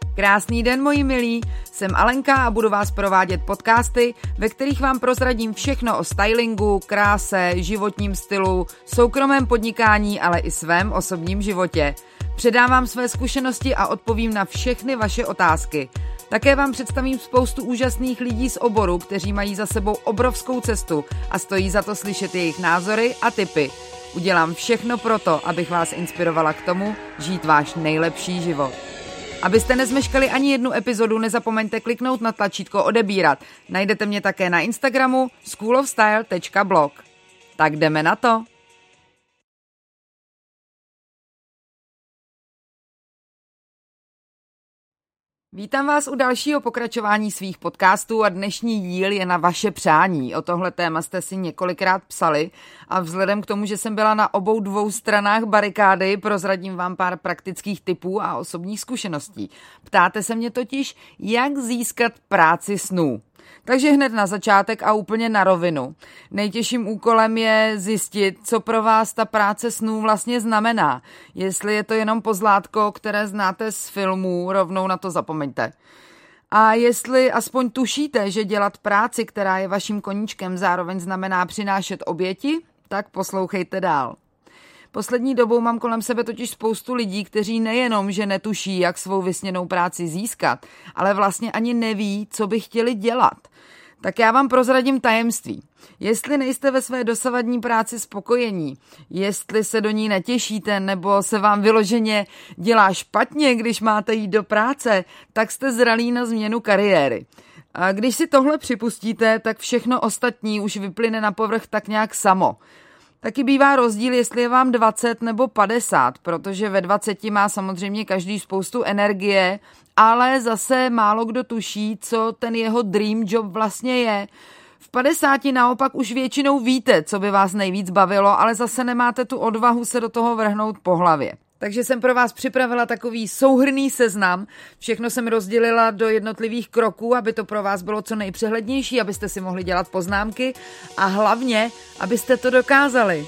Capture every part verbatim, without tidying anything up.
Krásný den, moji milí, jsem Alenka a budu vás provádět podcasty, ve kterých vám prozradím všechno o stylingu, kráse, životním stylu, soukromém podnikání, ale i svém osobním životě. Předávám své zkušenosti a odpovím na všechny vaše otázky. Také vám představím spoustu úžasných lidí z oboru, kteří mají za sebou obrovskou cestu a stojí za to slyšet jejich názory a tipy. Udělám všechno proto, abych vás inspirovala k tomu, žít váš nejlepší život. Abyste nezmeškali ani jednu epizodu, nezapomeňte kliknout na tlačítko odebírat. Najdete mě také na Instagramu school of style tečka blog. Tak jdeme na to. Vítám vás u dalšího pokračování svých podcastů a dnešní díl je na vaše přání. O tohle téma jste si několikrát psali a vzhledem k tomu, že jsem byla na obou dvou stranách barikády, prozradím vám pár praktických tipů a osobních zkušeností. Ptáte se mě totiž, jak získat práci snů. Takže hned na začátek a úplně na rovinu. Nejtěžším úkolem je zjistit, co pro vás ta práce snů vlastně znamená. Jestli je to jenom pozlátko, které znáte z filmů, rovnou na to zapomeňte. A jestli aspoň tušíte, že dělat práci, která je vaším koníčkem, zároveň znamená přinášet oběti, tak poslouchejte dál. Poslední dobou mám kolem sebe totiž spoustu lidí, kteří nejenom, že netuší, jak svou vysněnou práci získat, ale vlastně ani neví, co by chtěli dělat. Tak já vám prozradím tajemství. Jestli nejste ve své dosavadní práci spokojení, jestli se do ní netěšíte nebo se vám vyloženě dělá špatně, když máte jít do práce, tak jste zralí na změnu kariéry. A když si tohle připustíte, tak všechno ostatní už vyplyne na povrch tak nějak samo. Taky bývá rozdíl, jestli je vám dvacet nebo padesát, protože ve dvaceti má samozřejmě každý spoustu energie, ale zase málo kdo tuší, co ten jeho dream job vlastně je. V padesáti naopak už většinou víte, co by vás nejvíc bavilo, ale zase nemáte tu odvahu se do toho vrhnout po hlavě. Takže jsem pro vás připravila takový souhrnný seznam. Všechno jsem rozdělila do jednotlivých kroků, aby to pro vás bylo co nejpřehlednější, abyste si mohli dělat poznámky a hlavně, abyste to dokázali.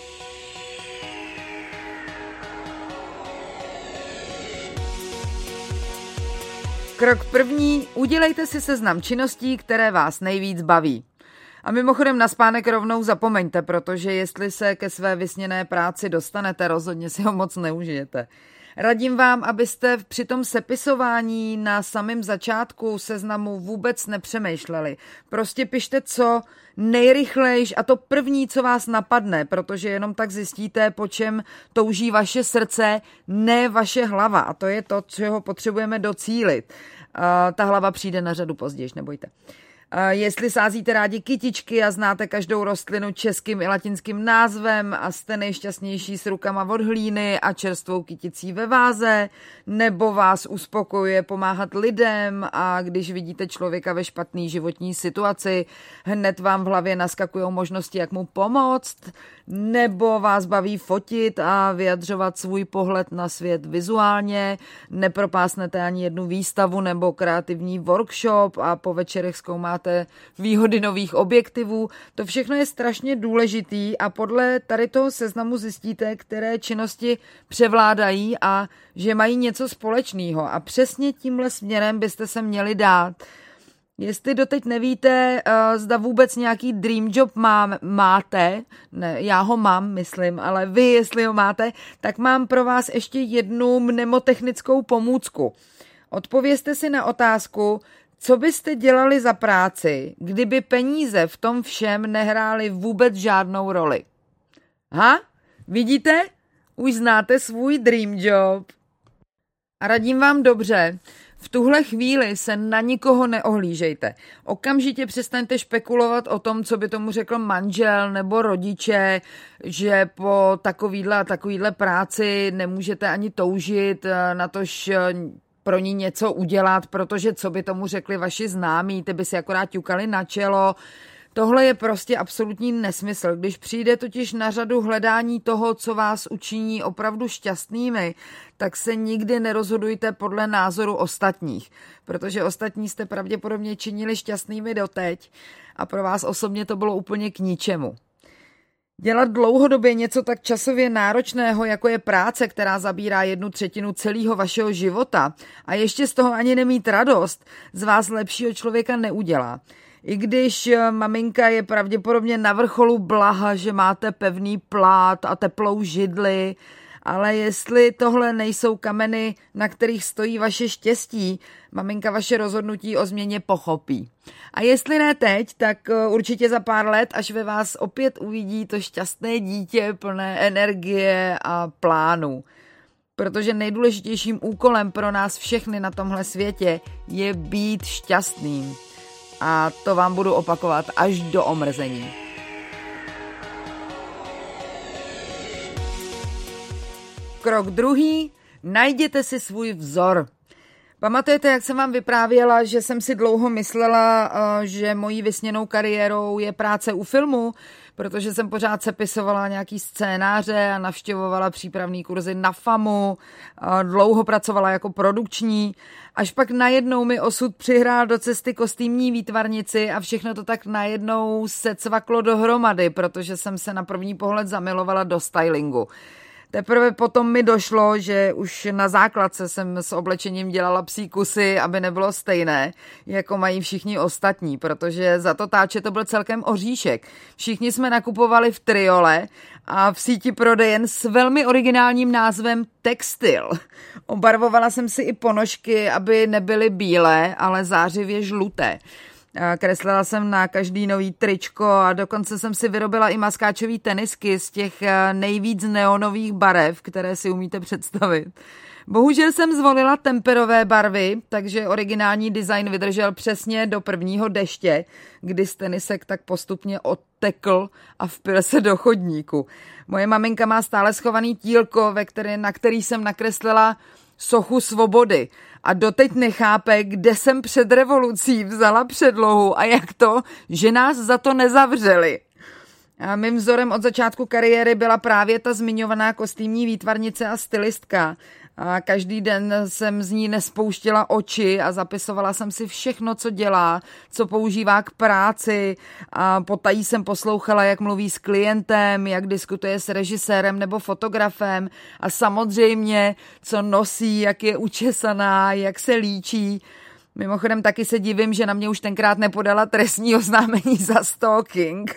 Krok první, udělejte si seznam činností, které vás nejvíc baví. A mimochodem na spánek rovnou zapomeňte, protože jestli se ke své vysněné práci dostanete, rozhodně si ho moc neužijete. Radím vám, abyste při tom sepisování na samém začátku seznamu vůbec nepřemýšleli. Prostě pište co nejrychlejš a to první, co vás napadne, protože jenom tak zjistíte, po čem touží vaše srdce, ne vaše hlava. A to je to, čeho potřebujeme docílit. Uh, ta hlava přijde na řadu později, nebojte. Jestli sázíte rádi kytičky a znáte každou rostlinu českým i latinským názvem a jste nejšťastnější s rukama od hlíny a čerstvou kyticí ve váze, nebo vás uspokojuje pomáhat lidem a když vidíte člověka ve špatné životní situaci, hned vám v hlavě naskakují možnosti, jak mu pomoct, nebo vás baví fotit a vyjadřovat svůj pohled na svět vizuálně, nepropásnete ani jednu výstavu nebo kreativní workshop a po večerech zkoumáte výhody nových objektivů. To všechno je strašně důležitý a podle tady toho seznamu zjistíte, které činnosti převládají a že mají něco společného. A přesně tímhle směrem byste se měli dát. Jestli doteď nevíte, zda vůbec nějaký dream job má, máte, ne, já ho mám, myslím, ale vy, jestli ho máte, tak mám pro vás ještě jednu mnemotechnickou pomůcku. Odpovězte si na otázku, co byste dělali za práci, kdyby peníze v tom všem nehrály vůbec žádnou roli? Ha? Vidíte? Už znáte svůj dream job. A radím vám dobře, v tuhle chvíli se na nikoho neohlížejte. Okamžitě přestaňte špekulovat o tom, co by tomu řekl manžel nebo rodiče, že po takovýhle a takovýhle práci nemůžete ani toužit, natož pro ní něco udělat, protože co by tomu řekli vaši známí, ty by si akorát ťukali na čelo. Tohle je prostě absolutní nesmysl. Když přijde totiž na řadu hledání toho, co vás učiní opravdu šťastnými, tak se nikdy nerozhodujte podle názoru ostatních, protože ostatní jste pravděpodobně činili šťastnými doteď a pro vás osobně to bylo úplně k ničemu. Dělat dlouhodobě něco tak časově náročného, jako je práce, která zabírá jednu třetinu celého vašeho života a ještě z toho ani nemít radost, z vás lepšího člověka neudělá. I když maminka je pravděpodobně na vrcholu blaha, že máte pevný plát a teplou židli, ale jestli tohle nejsou kameny, na kterých stojí vaše štěstí, maminka vaše rozhodnutí o změně pochopí. A jestli ne teď, tak určitě za pár let, až ve vás opět uvidí to šťastné dítě plné energie a plánů. Protože nejdůležitějším úkolem pro nás všechny na tomhle světě je být šťastným. A to vám budu opakovat až do omrzení. Krok druhý, najděte si svůj vzor. Pamatujete, jak jsem vám vyprávěla, že jsem si dlouho myslela, že mojí vysněnou kariérou je práce u filmu, protože jsem pořád sepisovala nějaký scénáře a navštěvovala přípravný kurzy na FAMu, dlouho pracovala jako produkční, až pak najednou mi osud přihrál do cesty kostýmní výtvarnici a všechno to tak najednou se cvaklo dohromady, protože jsem se na první pohled zamilovala do stylingu. Teprve potom mi došlo, že už na základce jsem s oblečením dělala psí kusy, aby nebylo stejné, jako mají všichni ostatní, protože za to táče to byl celkem oříšek. Všichni jsme nakupovali v Triole a v síti prodejen s velmi originálním názvem Textil. Obarvovala jsem si i ponožky, aby nebyly bílé, ale zářivě žluté. Kreslila jsem na každý nový tričko a dokonce jsem si vyrobila i maskáčový tenisky z těch nejvíc neonových barev, které si umíte představit. Bohužel jsem zvolila temperové barvy, takže originální design vydržel přesně do prvního deště, kdy z tenisek tak postupně odtekl a vpil se do chodníku. Moje maminka má stále schovaný tílko, ve který, na který jsem nakreslila sochu svobody a doteď nechápe, kde jsem před revolucí vzala předlohu a jak to, že nás za to nezavřeli. A mým vzorem od začátku kariéry byla právě ta zmiňovaná kostýmní výtvarnice a stylistka. A každý den jsem z ní nespouštěla oči a zapisovala jsem si všechno, co dělá, co používá k práci a potají jsem poslouchala, jak mluví s klientem, jak diskutuje s režisérem nebo fotografem a samozřejmě, co nosí, jak je učesaná, jak se líčí. Mimochodem taky se divím, že na mě už tenkrát nepodala trestní oznámení za stalking.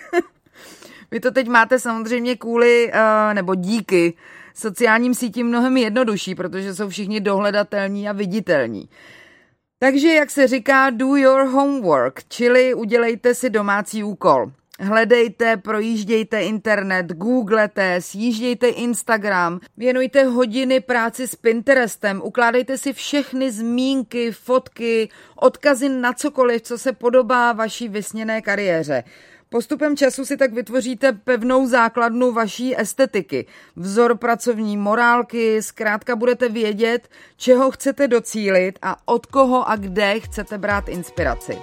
Vy to teď máte samozřejmě kvůli, nebo díky sociálním sítím mnohem jednodušší, protože jsou všichni dohledatelní a viditelní. Takže, jak se říká, do your homework, čili udělejte si domácí úkol. Hledejte, projíždějte internet, googlete, sjíždějte Instagram, věnujte hodiny práci s Pinterestem, ukládejte si všechny zmínky, fotky, odkazy na cokoliv, co se podobá vaší vysněné kariéře. Postupem času si tak vytvoříte pevnou základnu vaší estetiky, vzor pracovní morálky, zkrátka budete vědět, čeho chcete docílit a od koho a kde chcete brát inspiraci.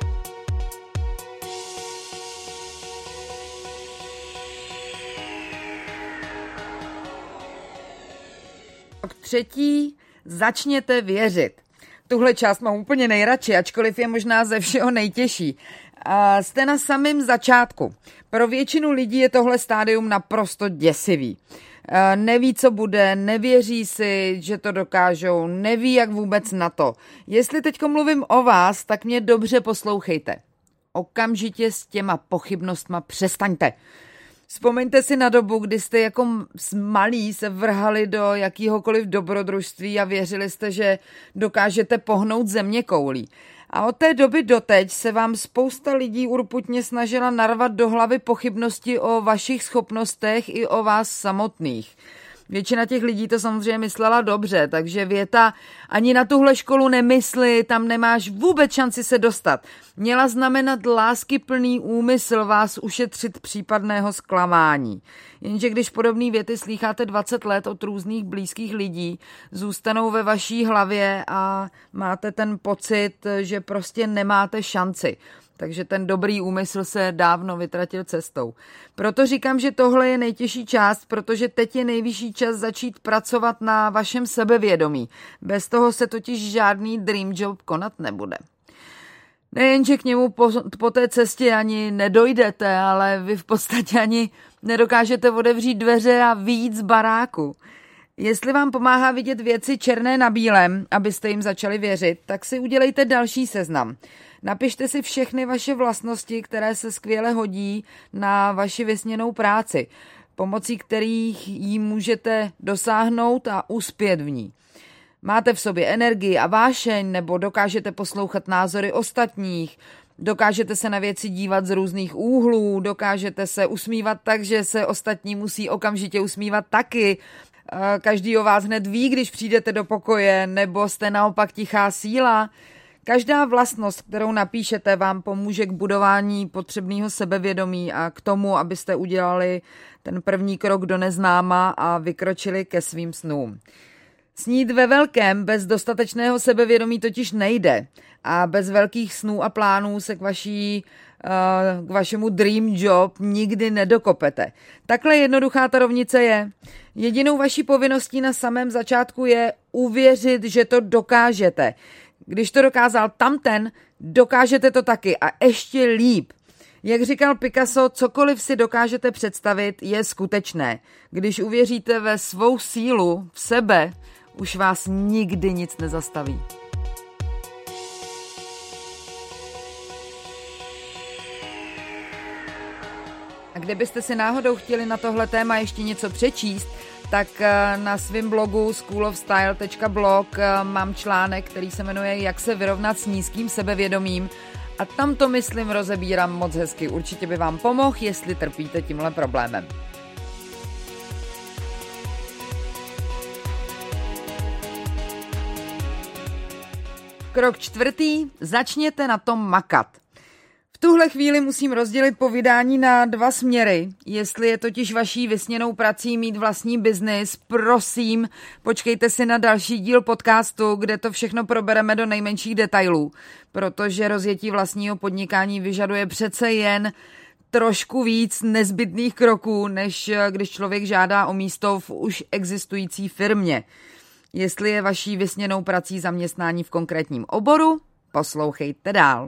Třetí, začněte věřit. Tuhle část mám úplně nejradši, ačkoliv je možná ze všeho nejtěžší. A jste na samém začátku. Pro většinu lidí je tohle stádium naprosto děsivý. A neví, co bude, nevěří si, že to dokážou, neví, jak vůbec na to. Jestli teďko mluvím o vás, tak mě dobře poslouchejte. Okamžitě s těma pochybnostma přestaňte. Vzpomeňte si na dobu, kdy jste jako malí se vrhali do jakýhokoliv dobrodružství a věřili jste, že dokážete pohnout země koulí. A od té doby doteď se vám spousta lidí urputně snažila narvat do hlavy pochybnosti o vašich schopnostech i o vás samotných. Většina těch lidí to samozřejmě myslela dobře, takže věta ani na tuhle školu nemysli, tam nemáš vůbec šanci se dostat. Měla znamenat láskyplný úmysl vás ušetřit případného zklamání. Jenže když podobné věty slýcháte dvacet let od různých blízkých lidí, zůstanou ve vaší hlavě a máte ten pocit, že prostě nemáte šanci. Takže ten dobrý úmysl se dávno vytratil cestou. Proto říkám, že tohle je nejtěžší část, protože teď je nejvyšší čas začít pracovat na vašem sebevědomí. Bez toho se totiž žádný dream job konat nebude. Nejen, že k němu po, po té cestě ani nedojdete, ale vy v podstatě ani nedokážete otevřít dveře a vyjít z baráku. Jestli vám pomáhá vidět věci černé na bílém, abyste jim začali věřit, tak si udělejte další seznam. Napište si všechny vaše vlastnosti, které se skvěle hodí na vaši vysněnou práci, pomocí kterých jí můžete dosáhnout a uspět v ní. Máte v sobě energii a vášeň, nebo dokážete poslouchat názory ostatních, dokážete se na věci dívat z různých úhlů, dokážete se usmívat tak, že se ostatní musí okamžitě usmívat taky. Každý o vás hned ví, když přijdete do pokoje, nebo jste naopak tichá síla. Každá vlastnost, kterou napíšete, vám pomůže k budování potřebného sebevědomí a k tomu, abyste udělali ten první krok do neznáma a vykročili ke svým snům. Snít ve velkém bez dostatečného sebevědomí totiž nejde a bez velkých snů a plánů se k, vaší, k vašemu dream job nikdy nedokopete. Takhle jednoduchá ta rovnice je. Jedinou vaší povinností na samém začátku je uvěřit, že to dokážete. Když to dokázal tamten, dokážete to taky a ještě líp. Jak říkal Picasso, cokoliv si dokážete představit, je skutečné. Když uvěříte ve svou sílu, v sebe, už vás nikdy nic nezastaví. A kdybyste si náhodou chtěli na tohle téma ještě něco přečíst, tak na svém blogu school of style tečka blog mám článek, který se jmenuje Jak se vyrovnat s nízkým sebevědomím a tam to, myslím, rozebírám moc hezky. Určitě by vám pomohl, jestli trpíte tímhle problémem. Krok čtvrtý. Začněte na tom makat. V tuhle chvíli musím rozdělit povídání na dva směry. Jestli je totiž vaší vysněnou prací mít vlastní biznis, prosím, počkejte si na další díl podcastu, kde to všechno probereme do nejmenších detailů, protože rozjetí vlastního podnikání vyžaduje přece jen trošku víc nezbytných kroků, než když člověk žádá o místo v už existující firmě. Jestli je vaší vysněnou prací zaměstnání v konkrétním oboru, poslouchejte dál.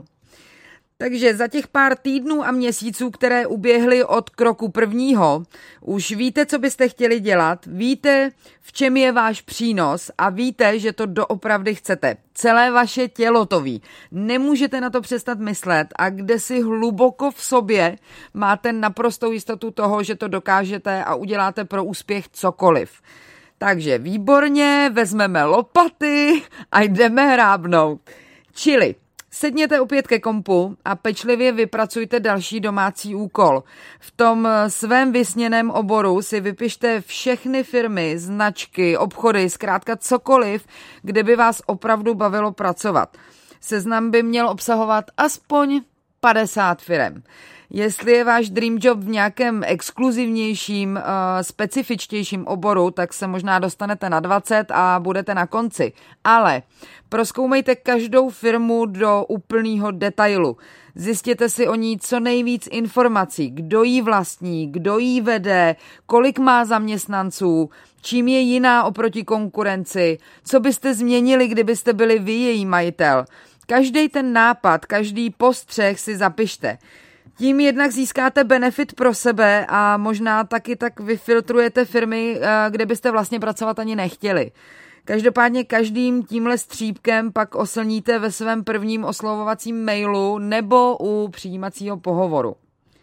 Takže za těch pár týdnů a měsíců, které uběhly od kroku prvního, už víte, co byste chtěli dělat, víte, v čem je váš přínos a víte, že to doopravdy chcete. Celé vaše tělo to ví. Nemůžete na to přestat myslet a kde si hluboko v sobě máte naprostou jistotu toho, že to dokážete a uděláte pro úspěch cokoliv. Takže výborně, vezmeme lopaty a jdeme hrábnout. Čili sedněte opět ke kompu a pečlivě vypracujte další domácí úkol. V tom svém vysněném oboru si vypište všechny firmy, značky, obchody, zkrátka cokoliv, kde by vás opravdu bavilo pracovat. Seznam by měl obsahovat aspoň padesát firem. Jestli je váš dream job v nějakém exkluzivnějším, uh, specifičtějším oboru, tak se možná dostanete na dvacet a budete na konci. Ale prozkoumejte každou firmu do úplného detailu. Zjistěte si o ní co nejvíc informací, kdo jí vlastní, kdo jí vede, kolik má zaměstnanců, čím je jiná oproti konkurenci, co byste změnili, kdybyste byli vy její majitel. Každý ten nápad, každý postřeh si zapište. Tím jednak získáte benefit pro sebe a možná taky tak vyfiltrujete firmy, kde byste vlastně pracovat ani nechtěli. Každopádně každým tímhle střípkem pak oslníte ve svém prvním oslovovacím mailu nebo u přijímacího pohovoru.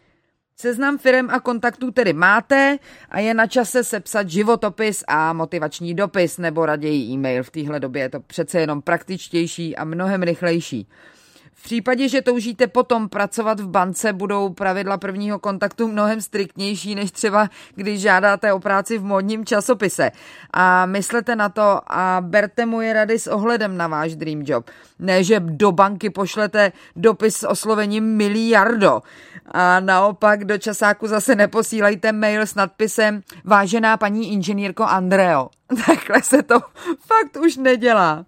Seznam firem a kontaktů tedy máte a je na čase sepsat životopis a motivační dopis nebo raději e-mail. V téhle době je to přece jenom praktičtější a mnohem rychlejší. V případě, že toužíte potom pracovat v bance, budou pravidla prvního kontaktu mnohem striktnější, než třeba když žádáte o práci v módním časopise. A myslete na to a berte moje rady s ohledem na váš dream job. Ne, že do banky pošlete dopis s oslovením miliardo. A naopak do časáku zase neposílejte mail s nadpisem Vážená paní inženýrko Andreo. Takhle se to fakt už nedělá.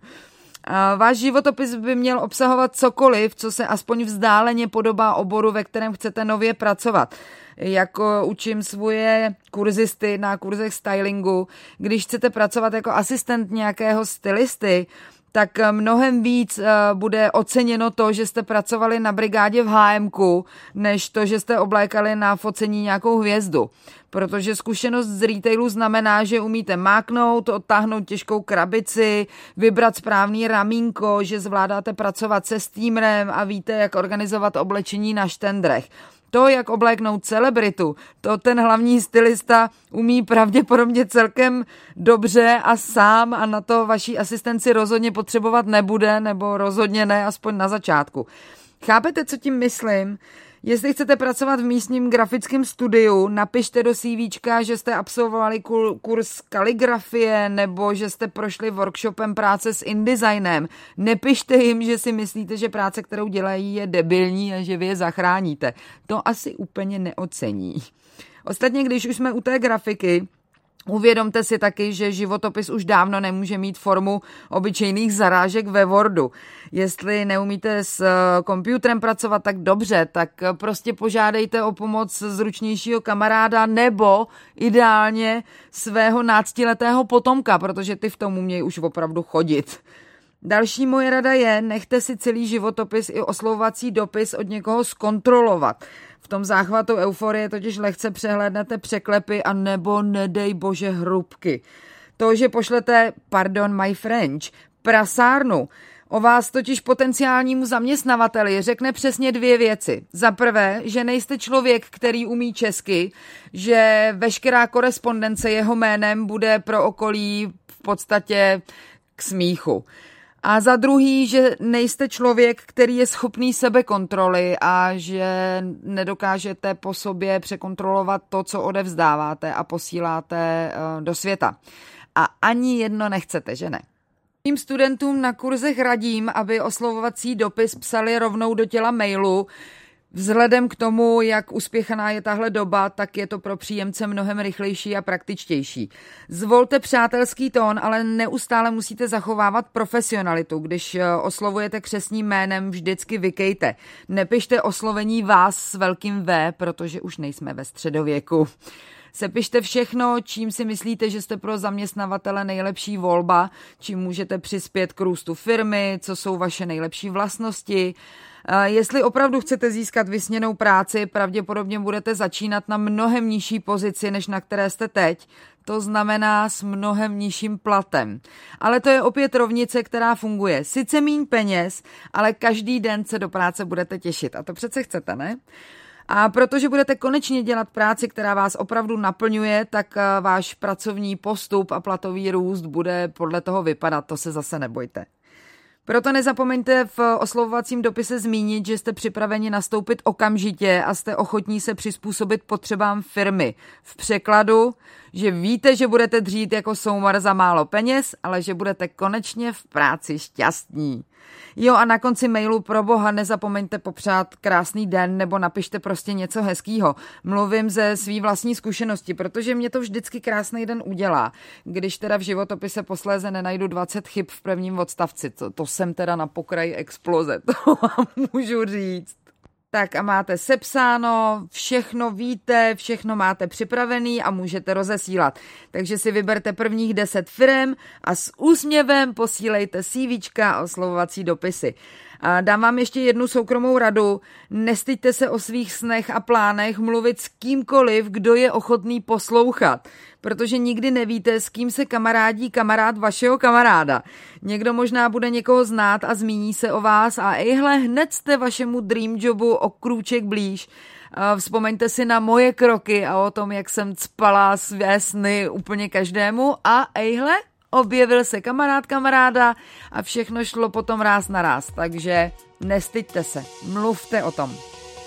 A váš životopis by měl obsahovat cokoliv, co se aspoň vzdáleně podobá oboru, ve kterém chcete nově pracovat. Jako učím svoje kurzisty na kurzech stylingu, když chcete pracovat jako asistent nějakého stylisty, tak mnohem víc bude oceněno to, že jste pracovali na brigádě v há emku, než to, že jste oblékali na focení nějakou hvězdu. Protože zkušenost z retailu znamená, že umíte máknout, odtáhnout těžkou krabici, vybrat správný ramínko, že zvládáte pracovat se steamerem a víte, jak organizovat oblečení na štendrech. To, jak obléknout celebritu, to ten hlavní stylista umí pravděpodobně celkem dobře a sám a na to vaší asistenci rozhodně potřebovat nebude, nebo rozhodně ne, aspoň na začátku. Chápete, co tím myslím? Jestli chcete pracovat v místním grafickém studiu, napište do CVčka, že jste absolvovali kurz kaligrafie nebo že jste prošli workshopem práce s InDesignem. Nepište jim, že si myslíte, že práce, kterou dělají, je debilní a že vy je zachráníte. To asi úplně neocení. Ostatně, když už jsme u té grafiky, uvědomte si taky, že životopis už dávno nemůže mít formu obyčejných zarážek ve Wordu. Jestli neumíte s počítačem pracovat tak dobře, tak prostě požádejte o pomoc zručnějšího kamaráda nebo ideálně svého náctiletého potomka, protože ty v tom umějí už opravdu chodit. Další moje rada je, nechte si celý životopis i oslovovací dopis od někoho zkontrolovat. V tom záchvatu euforie totiž lehce přehlédnete překlepy a nebo nedej bože hrubky. To, že pošlete, pardon my French, prasárnu, o vás totiž potenciálnímu zaměstnavateli řekne přesně dvě věci. Za prvé, že nejste člověk, který umí česky, že veškerá korespondence jeho jménem bude pro okolí v podstatě k smíchu. A za druhý, že nejste člověk, který je schopný sebekontroly a že nedokážete po sobě překontrolovat to, co odevzdáváte a posíláte do světa. A ani jedno nechcete, že ne? Mým studentům na kurzech radím, aby oslovovací dopis psali rovnou do těla mailu. Vzhledem k tomu, jak uspěchaná je tahle doba, tak je to pro příjemce mnohem rychlejší a praktičtější. Zvolte přátelský tón, ale neustále musíte zachovávat profesionalitu. Když oslovujete křestním jménem, vždycky vykejte. Nepište oslovení vás s velkým V, protože už nejsme ve středověku. Sepište všechno, čím si myslíte, že jste pro zaměstnavatele nejlepší volba, čím můžete přispět k růstu firmy, co jsou vaše nejlepší vlastnosti. Jestli opravdu chcete získat vysněnou práci, pravděpodobně budete začínat na mnohem nižší pozici, než na které jste teď. To znamená s mnohem nižším platem. Ale to je opět rovnice, která funguje. Sice míň peněz, ale každý den se do práce budete těšit. A to přece chcete, ne? A protože budete konečně dělat práci, která vás opravdu naplňuje, tak váš pracovní postup a platový růst bude podle toho vypadat. To se zase nebojte. Proto nezapomeňte v oslovovacím dopise zmínit, že jste připraveni nastoupit okamžitě a jste ochotní se přizpůsobit potřebám firmy. V překladu, že víte, že budete dřít jako soumar za málo peněz, ale že budete konečně v práci šťastní. Jo, a na konci mailu pro boha nezapomeňte popřát krásný den nebo napište prostě něco hezkýho. Mluvím ze svý vlastní zkušenosti, protože mě to vždycky krásný den udělá. Když teda v životopise posléze nenajdu dvacet chyb v prvním odstavci, to, to jsem teda na pokraji exploze, to vám můžu říct. Tak a máte sepsáno, všechno víte, všechno máte připravený a můžete rozesílat. Takže si vyberte prvních deset firem a s úsměvem posílejte CVčka a oslovovací dopisy. A dám vám ještě jednu soukromou radu. Nestyďte se o svých snech a plánech mluvit s kýmkoliv, kdo je ochotný poslouchat. Protože nikdy nevíte, s kým se kamarádí kamarád vašeho kamaráda. Někdo možná bude někoho znát a zmíní se o vás a ejhle, hned jste vašemu dream jobu o krůček blíž. Vzpomeňte si na moje kroky a o tom, jak jsem cpala své sny úplně každému a ejhle, objevil se kamarád kamaráda a všechno šlo potom ráz na ráz. Takže nestyďte se, mluvte o tom.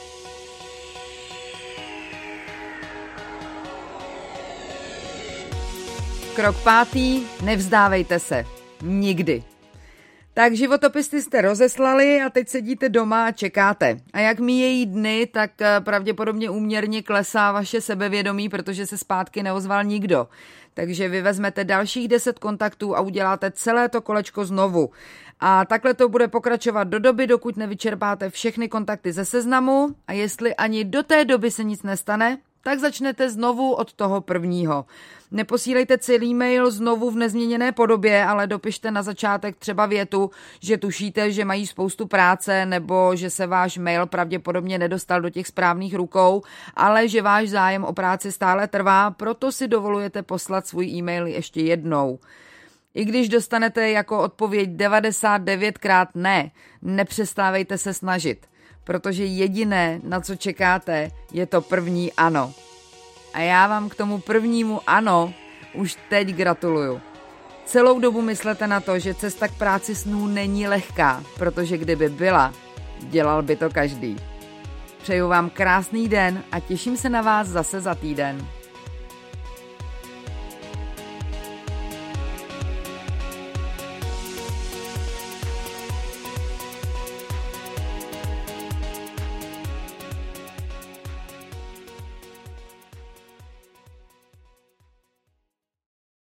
Krok pátý, nevzdávejte se. Nikdy. Tak životopisy jste rozeslali a teď sedíte doma a čekáte. A jak míjejí dny, tak pravděpodobně úměrně klesá vaše sebevědomí, protože se zpátky neozval nikdo. Takže vy vezmete dalších deset kontaktů a uděláte celé to kolečko znovu. A takhle to bude pokračovat do doby, dokud nevyčerpáte všechny kontakty ze seznamu a jestli ani do té doby se nic nestane, tak začnete znovu od toho prvního. Neposílejte celý mail znovu v nezměněné podobě, ale dopište na začátek třeba větu, že tušíte, že mají spoustu práce nebo že se váš mail pravděpodobně nedostal do těch správných rukou, ale že váš zájem o práci stále trvá, proto si dovolujete poslat svůj e-mail ještě jednou. I když dostanete jako odpověď devadesát devět krát ne, nepřestávejte se snažit, protože jediné, na co čekáte, je to první ano. A já vám k tomu prvnímu ano už teď gratuluju. Celou dobu myslete na to, že cesta k práci snů není lehká, protože kdyby byla, dělal by to každý. Přeju vám krásný den a těším se na vás zase za týden.